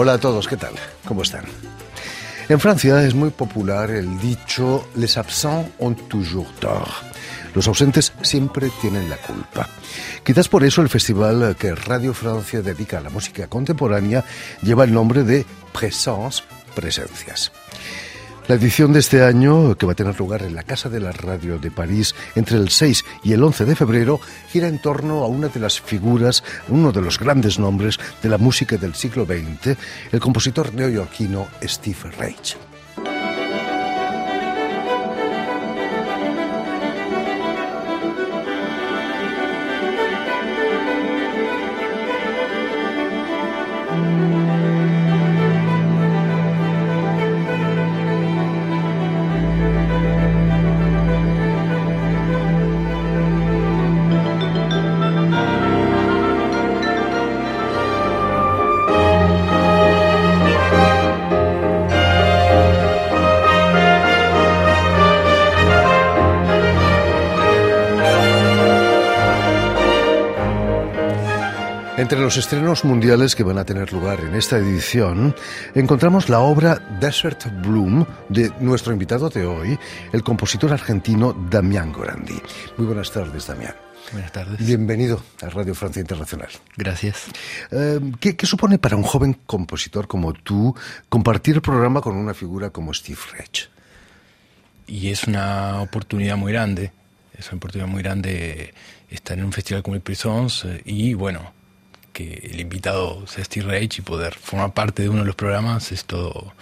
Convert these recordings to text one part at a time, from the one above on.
Hola a todos, ¿qué tal? ¿Cómo están? En Francia es muy popular el dicho «Les absents ont toujours tort». Los ausentes siempre tienen la culpa. Quizás por eso el festival que Radio Francia dedica a la música contemporánea lleva el nombre de Présence, Presencias. La edición de este año, que va a tener lugar en la Casa de la Radio de París entre el 6 y el 11 de febrero, gira en torno a una de las figuras, uno de los grandes nombres de la música del siglo XX, el compositor neoyorquino Steve Reich. Entre los estrenos mundiales que van a tener lugar en esta edición, encontramos la obra Desert Bloom de nuestro invitado de hoy, el compositor argentino Damián Gorandi. Muy buenas tardes, Damián. Buenas tardes. Bienvenido a Radio Francia Internacional. Gracias. ¿Qué supone para un joven compositor como tú compartir el programa con una figura como Steve Reich? Y es una oportunidad muy grande. Es una oportunidad muy grande estar en un festival como el Présence y, bueno, que el invitado sea Steve Reich y poder formar parte de uno de los programas, esto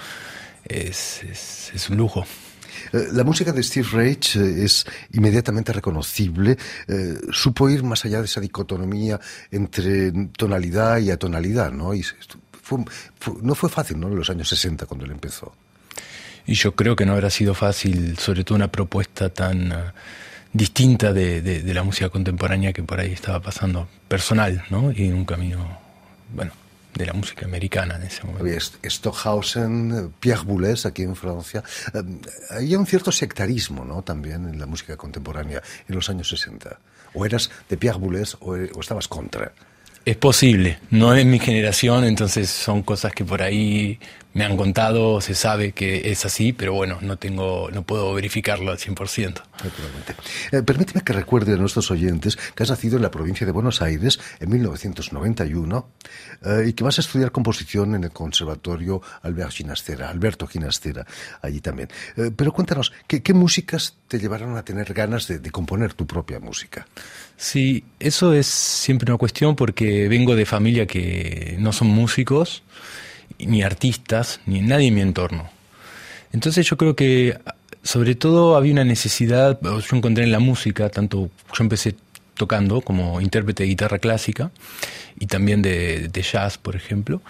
es un lujo. La música de Steve Reich es inmediatamente reconocible. Supo ir más allá de esa dicotomía entre tonalidad y atonalidad, ¿no? Y no fue fácil, ¿no?, en los años 60 cuando él empezó. Y yo creo que no habrá sido fácil, sobre todo una propuesta tan distinta de la música contemporánea que por ahí estaba pasando, personal, ¿no? Y en un camino, bueno, de la música americana en ese momento. Había Stockhausen, Pierre Boulez aquí en Francia. Había un cierto sectarismo, ¿no?, también en la música contemporánea en los años 60. O eras de Pierre Boulez o estabas contra. Es posible, no es mi generación, entonces son cosas que por ahí me han contado, se sabe que es así, pero bueno, no puedo verificarlo al 100%. Permíteme que recuerde a nuestros oyentes que has nacido en la provincia de Buenos Aires en 1991 y que vas a estudiar composición en el Conservatorio Alberto Ginastera, allí también. Pero cuéntanos, ¿qué músicas te llevaron a tener ganas de componer tu propia música? Sí, eso es siempre una cuestión porque vengo de familia que no son músicos, ni artistas, ni nadie en mi entorno. Entonces yo creo que sobre todo había una necesidad, yo encontré en la música, tanto yo empecé tocando como intérprete de guitarra clásica y también de jazz, por ejemplo,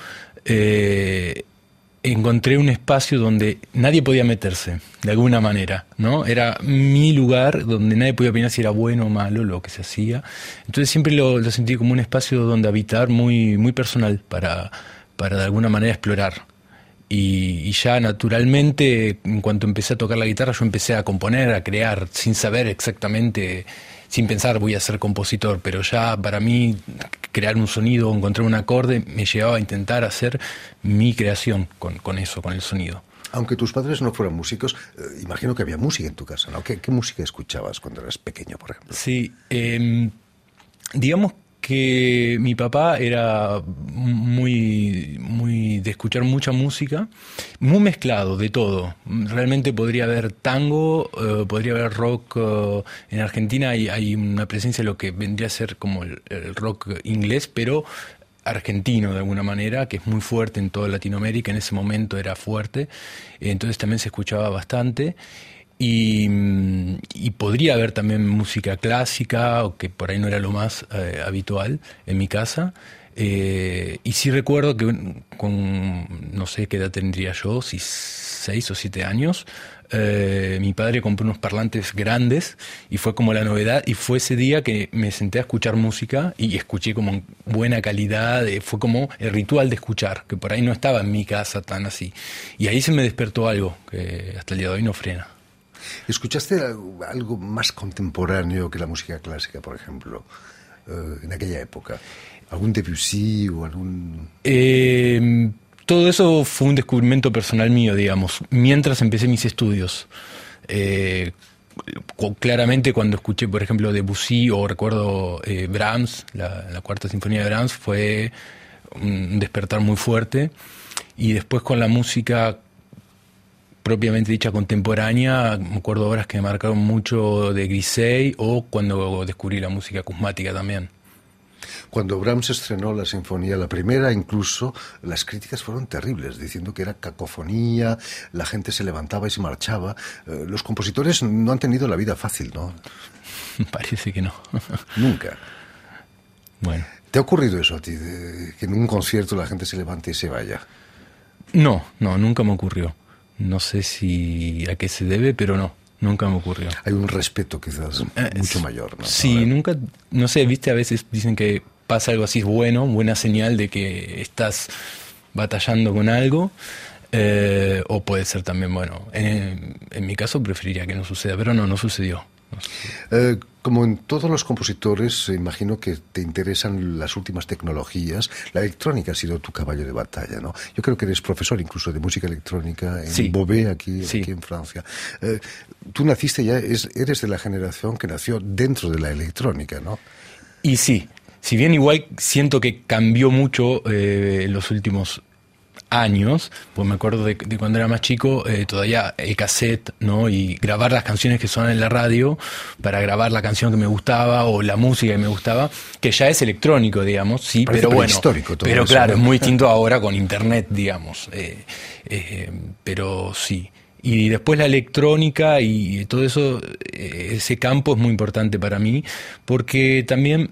encontré un espacio donde nadie podía meterse, de alguna manera, ¿no? Era mi lugar donde nadie podía opinar si era bueno o malo lo que se hacía. Entonces siempre lo sentí como un espacio donde habitar muy, muy personal para de alguna manera explorar. Y ya naturalmente, en cuanto empecé a tocar la guitarra, yo empecé a componer, a crear, sin saber exactamente, sin pensar voy a ser compositor, pero ya para mí crear un sonido, encontrar un acorde, me llevaba a intentar hacer mi creación con eso, con el sonido. Aunque tus padres no fueran músicos, imagino que había música en tu casa, ¿no? ¿Qué música escuchabas cuando eras pequeño, por ejemplo? Sí, digamos que mi papá era muy de escuchar mucha música, muy mezclado de todo. Realmente podría haber tango, podría haber rock. En Argentina hay una presencia de lo que vendría a ser como el rock inglés, pero argentino de alguna manera, que es muy fuerte en toda Latinoamérica. En ese momento era fuerte, entonces también se escuchaba bastante. Y podría haber también música clásica, o que por ahí no era lo más habitual en mi casa. Y sí recuerdo que con, no sé qué edad tendría yo, si 6 o 7 años, mi padre compró unos parlantes grandes y fue como la novedad, y fue ese día que me senté a escuchar música y escuché como en buena calidad, fue como el ritual de escuchar, que por ahí no estaba en mi casa tan así. Y ahí se me despertó algo que hasta el día de hoy no frena. ¿Escuchaste algo más contemporáneo que la música clásica, por ejemplo, en aquella época? ¿Algún Debussy o algún...? todo eso fue un descubrimiento personal mío, digamos, mientras empecé mis estudios. Claramente cuando escuché, por ejemplo, Debussy o recuerdo Brahms, la cuarta sinfonía de Brahms, fue un despertar muy fuerte. Y después con la música propiamente dicha contemporánea, me acuerdo obras que me marcaron mucho de Grisey o cuando descubrí la música acusmática también. Cuando Brahms estrenó la sinfonía, la primera, incluso las críticas fueron terribles, diciendo que era cacofonía, la gente se levantaba y se marchaba. Los compositores no han tenido la vida fácil, ¿no? Parece que no. Nunca. Bueno. ¿Te ha ocurrido eso a ti, que en un concierto la gente se levante y se vaya? No, nunca me ocurrió. No sé a qué se debe, pero nunca me ocurrió. Hay un respeto quizás mucho mayor, ¿no? Sí, nunca, no sé, viste, a veces dicen que pasa algo así, es buena señal de que estás batallando con algo, o puede ser también, bueno, en mi caso preferiría que no suceda, pero no sucedió. Como en todos los compositores, imagino que te interesan las últimas tecnologías. La electrónica ha sido tu caballo de batalla, ¿no? Yo creo que eres profesor incluso de música electrónica en Beauvais, aquí en Francia. Tú naciste eres de la generación que nació dentro de la electrónica, ¿no? Y sí, si bien igual siento que cambió mucho en los últimos años, pues me acuerdo de cuando era más chico, todavía el cassette, ¿no? Y grabar las canciones que sonan en la radio para grabar la canción que me gustaba o la música que me gustaba, que ya es electrónico, digamos, sí, pero bueno, histórico todo pero eso, claro, ¿no? es muy distinto ahora con internet, digamos, pero sí. Y después la electrónica y todo eso, ese campo es muy importante para mí, porque también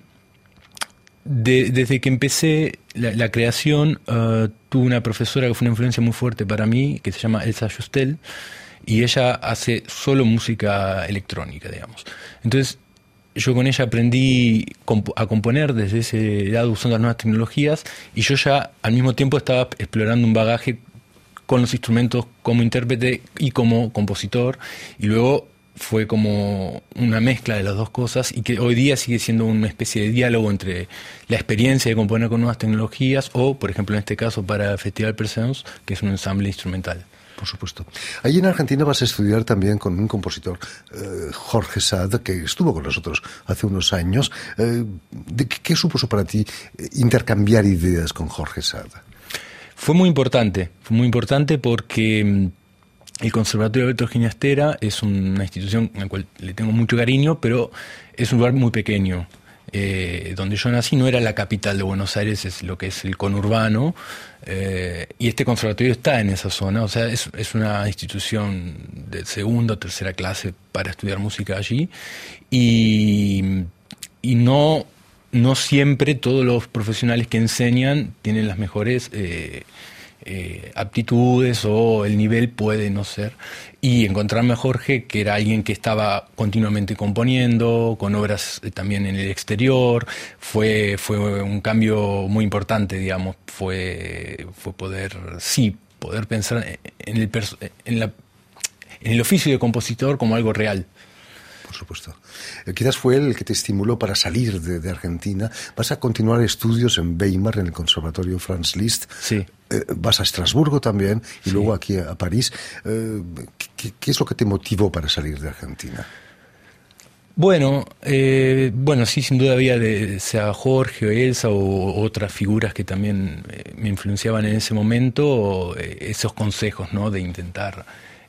desde que empecé la creación, tuve una profesora que fue una influencia muy fuerte para mí, que se llama Elsa Justel, y ella hace solo música electrónica, digamos. Entonces, yo con ella aprendí a componer desde ese lado usando las nuevas tecnologías, y yo ya al mismo tiempo estaba explorando un bagaje con los instrumentos como intérprete y como compositor, y luego fue como una mezcla de las dos cosas y que hoy día sigue siendo una especie de diálogo entre la experiencia de componer con nuevas tecnologías o, por ejemplo, en este caso para el Festival Presence, que es un ensamble instrumental. Por supuesto. Allí en Argentina vas a estudiar también con un compositor, Jorge Sad, que estuvo con nosotros hace unos años. ¿Qué supuso para ti intercambiar ideas con Jorge Sad? Fue muy importante porque el Conservatorio Alberto Ginastera es una institución a la cual le tengo mucho cariño, pero es un lugar muy pequeño. Donde yo nací no era la capital de Buenos Aires, es lo que es el conurbano, y este conservatorio está en esa zona, o sea, es una institución de segunda o tercera clase para estudiar música allí, y no siempre todos los profesionales que enseñan tienen las mejores aptitudes o el nivel puede no ser. Y encontrarme a Jorge, que era alguien que estaba continuamente componiendo, con obras también en el exterior, fue un cambio muy importante, digamos. Fue poder pensar en el oficio de compositor como algo real. Por supuesto. Quizás fue el que te estimuló para salir de Argentina. Vas a continuar estudios en Weimar, en el Conservatorio Franz Liszt. Sí. Vas a Estrasburgo también y sí. Luego aquí a París. ¿Qué es lo que te motivó para salir de Argentina? Bueno, sí, sin duda había sea Jorge o Elsa o otras figuras que también me influenciaban en ese momento, esos consejos, ¿no? De intentar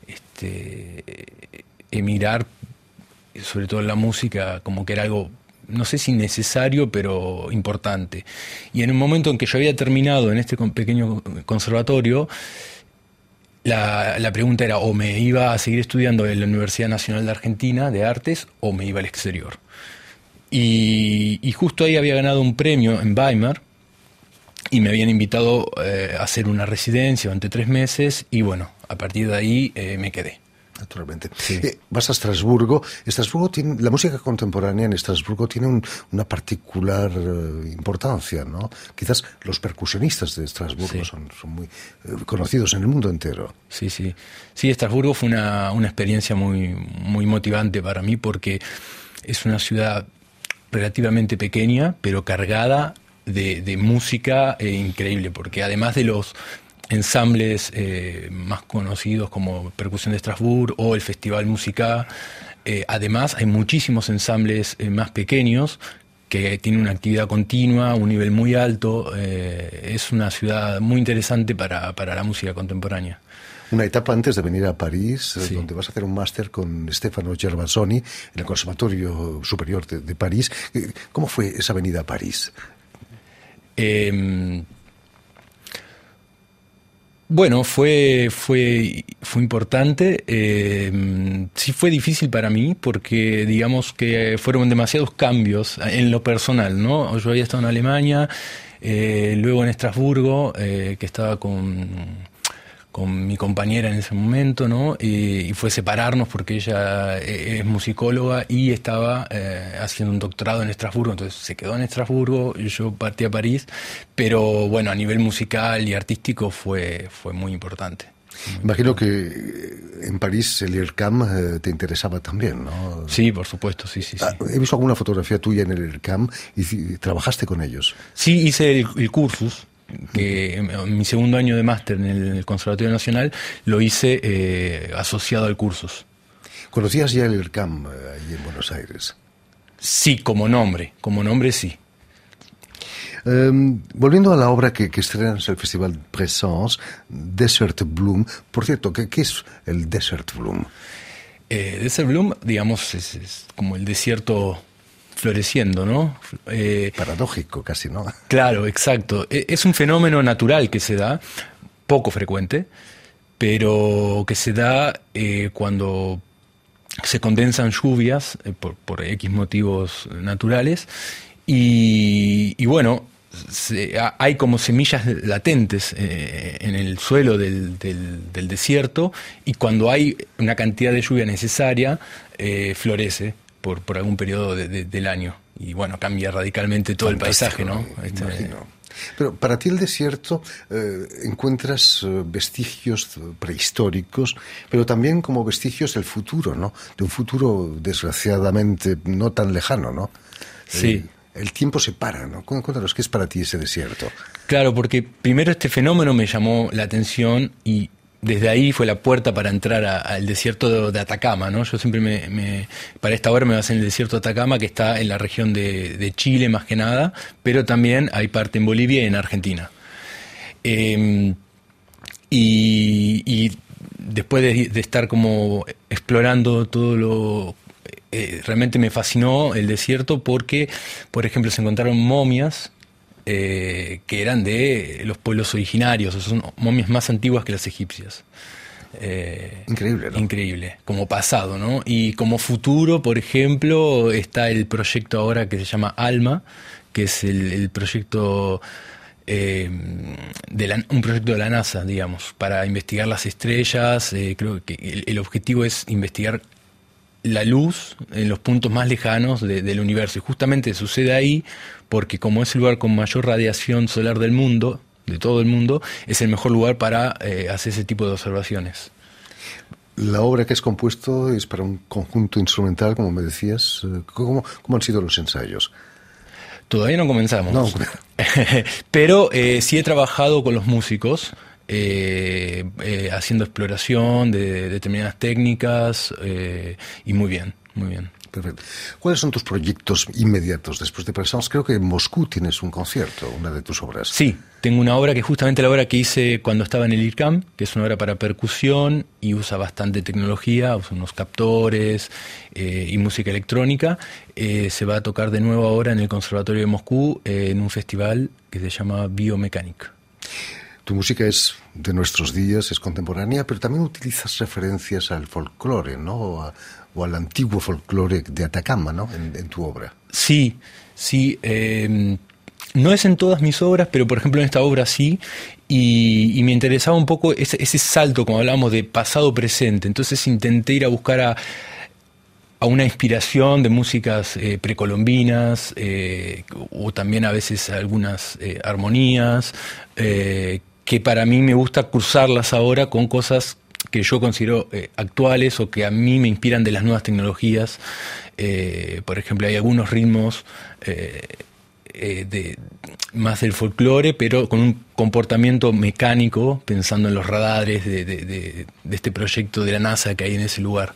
emigrar, sobre todo en la música, como que era algo, no sé si necesario, pero importante. Y en un momento en que yo había terminado en este pequeño conservatorio, la pregunta era o me iba a seguir estudiando en la Universidad Nacional de Argentina de Artes o me iba al exterior. Y justo ahí había ganado un premio en Weimar y me habían invitado a hacer una residencia durante 3 meses y bueno, a partir de ahí me quedé. Naturalmente. Sí. Vas a Estrasburgo. La música contemporánea en Estrasburgo tiene una particular importancia, ¿no? Quizás los percusionistas de Estrasburgo son muy conocidos en el mundo entero. Sí. Sí, Estrasburgo fue una experiencia muy, muy motivante para mí porque es una ciudad relativamente pequeña, pero cargada de música increíble, porque además de los ensambles más conocidos como Percusión de Estrasburgo o el Festival Musica. Además, hay muchísimos ensambles más pequeños que tienen una actividad continua, un nivel muy alto. Es una ciudad muy interesante para la música contemporánea. Una etapa antes de venir a París, Sí. donde vas a hacer un máster con Stefano Gervasoni en el Conservatorio Superior de París. ¿Cómo fue esa venida a París? Bueno, fue importante. Sí fue difícil para mí porque digamos que fueron demasiados cambios en lo personal, ¿no? Yo había estado en Alemania, luego en Estrasburgo, que estaba con mi compañera en ese momento, ¿no? Y fue separarnos porque ella es musicóloga y estaba haciendo un doctorado en Estrasburgo, entonces se quedó en Estrasburgo y yo partí a París, pero bueno, a nivel musical y artístico fue muy importante. Imagino que en París el IRCAM te interesaba también, ¿no? Sí, por supuesto, sí. He visto alguna fotografía tuya en el IRCAM y trabajaste con ellos. Sí, hice el cursus, que en mi segundo año de máster en el Conservatorio Nacional lo hice asociado al cursus. ¿Conocías ya el IRCAM allí en Buenos Aires? Sí, como nombre sí. Volviendo a la obra que estrenas en el Festival Présence, Desert Bloom. Por cierto, ¿qué es el Desert Bloom? Desert Bloom, digamos, es como el desierto floreciendo, ¿no? Paradójico casi, ¿no? Claro, exacto. Es un fenómeno natural que se da, poco frecuente, pero que se da cuando se condensan lluvias por X motivos naturales y bueno, hay como semillas latentes en el suelo del desierto y cuando hay una cantidad de lluvia necesaria, florece por algún periodo del año y bueno, cambia radicalmente todo Fantástico, el paisaje, ¿no? Imagino. Pero para ti el desierto encuentras vestigios prehistóricos, pero también como vestigios del futuro, ¿no? De un futuro desgraciadamente no tan lejano, ¿no? Sí. El tiempo se para, ¿no? Cuéntanos, ¿qué es para ti ese desierto? Claro, porque primero este fenómeno me llamó la atención y desde ahí fue la puerta para entrar al desierto de Atacama, ¿no? Yo siempre para esta obra me basé en el desierto de Atacama, que está en la región de Chile más que nada, pero también hay parte en Bolivia y en Argentina. Y después de estar como explorando todo realmente me fascinó el desierto porque, por ejemplo, se encontraron momias que eran de los pueblos originarios, o son momias más antiguas que las egipcias. Increíble, ¿no? Increíble, como pasado, ¿no? Y como futuro, por ejemplo, está el proyecto ahora que se llama ALMA, que es el proyecto, un proyecto de la NASA, digamos, para investigar las estrellas. Creo que el objetivo es investigar la luz en los puntos más lejanos del universo. Y justamente sucede ahí porque como es el lugar con mayor radiación solar del mundo, de todo el mundo, es el mejor lugar para hacer ese tipo de observaciones. La obra que has compuesto es para un conjunto instrumental, como me decías. ¿Cómo han sido los ensayos? Todavía no comenzamos. No. Pero sí he trabajado con los músicos, haciendo exploración de determinadas técnicas y muy bien, muy bien. Perfecto. ¿Cuáles son tus proyectos inmediatos después de Présence? Creo que en Moscú tienes un concierto, una de tus obras. Sí, tengo una obra que es justamente la obra que hice cuando estaba en el IRCAM, que es una obra para percusión y usa bastante tecnología, usa unos captores y música electrónica. Se va a tocar de nuevo ahora en el Conservatorio de Moscú en un festival que se llama Biomechanic. Tu música es de nuestros días, es contemporánea, pero también utilizas referencias al folclore, ¿no? O al antiguo folclore de Atacama, ¿no? En tu obra. Sí. No es en todas mis obras, pero por ejemplo en esta obra sí, y me interesaba un poco ese salto, como hablábamos, de pasado-presente. Entonces intenté ir a buscar a una inspiración de músicas precolombinas, o también a veces algunas armonías, que para mí me gusta cruzarlas ahora con cosas que yo considero actuales o que a mí me inspiran de las nuevas tecnologías. Por ejemplo, hay algunos ritmos más del folclore, pero con un comportamiento mecánico, pensando en los radares de este proyecto de la NASA que hay en ese lugar,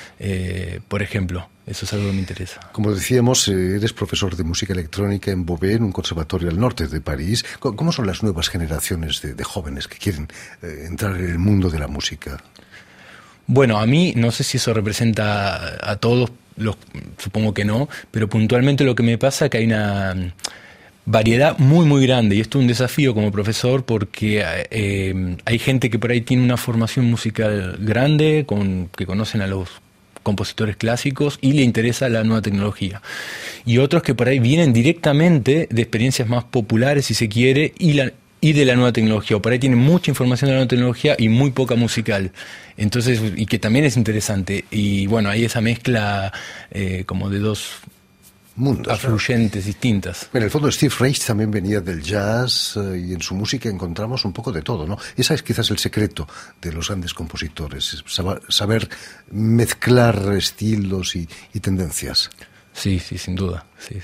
por ejemplo. Eso es algo que me interesa. Como decíamos, eres profesor de música electrónica en Beauvais, en un conservatorio al norte de París. ¿Cómo son las nuevas generaciones de jóvenes que quieren entrar en el mundo de la música? Bueno, a mí, no sé si eso representa a todos, supongo que no, pero puntualmente lo que me pasa es que hay una variedad muy, muy grande, y esto es un desafío como profesor porque hay gente que por ahí tiene una formación musical grande, que conocen a los compositores clásicos y le interesa la nueva tecnología. Y otros que por ahí vienen directamente de experiencias más populares, si se quiere, y de la nueva tecnología, o por ahí tienen mucha información de la nueva tecnología y muy poca musical. Entonces, y que también es interesante. Y bueno, hay esa mezcla como de dos mundos afluyentes, distintas. En el fondo, Steve Reich también venía del jazz y en su música encontramos un poco de todo, ¿no? Ese es quizás el secreto de los grandes compositores, saber mezclar estilos y tendencias. Sí, sin duda, sí.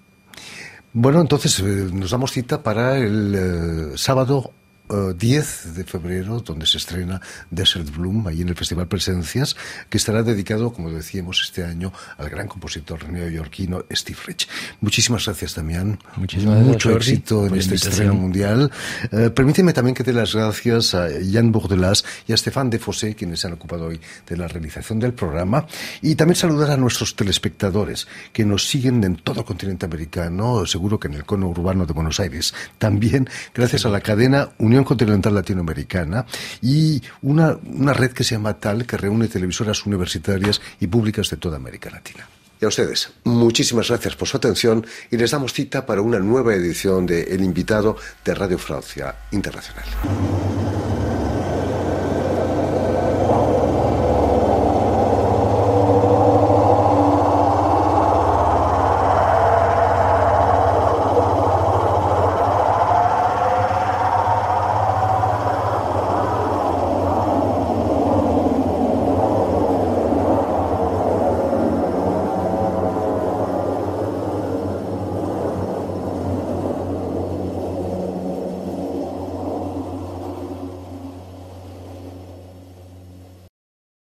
Bueno, entonces nos damos cita para el sábado 10 de febrero, donde se estrena Desert Bloom, ahí en el Festival Presencias, que estará dedicado, como decíamos, este año al gran compositor neoyorquino Steve Reich. Muchísimas gracias, Damián. Muchísimas gracias, mucho Jordi, éxito en este estreno mundial. Permíteme también que dé las gracias a Jan Bourdelas y a Stéphane Defossé, quienes se han ocupado hoy de la realización del programa, y también saludar a nuestros telespectadores que nos siguen en todo el continente americano, seguro que en el cono urbano de Buenos Aires. También gracias a la cadena Unión Continental Latinoamericana y una red que se llama TAL, que reúne televisoras universitarias y públicas de toda América Latina. Y a ustedes, muchísimas gracias por su atención y les damos cita para una nueva edición de El Invitado de Radio Francia Internacional.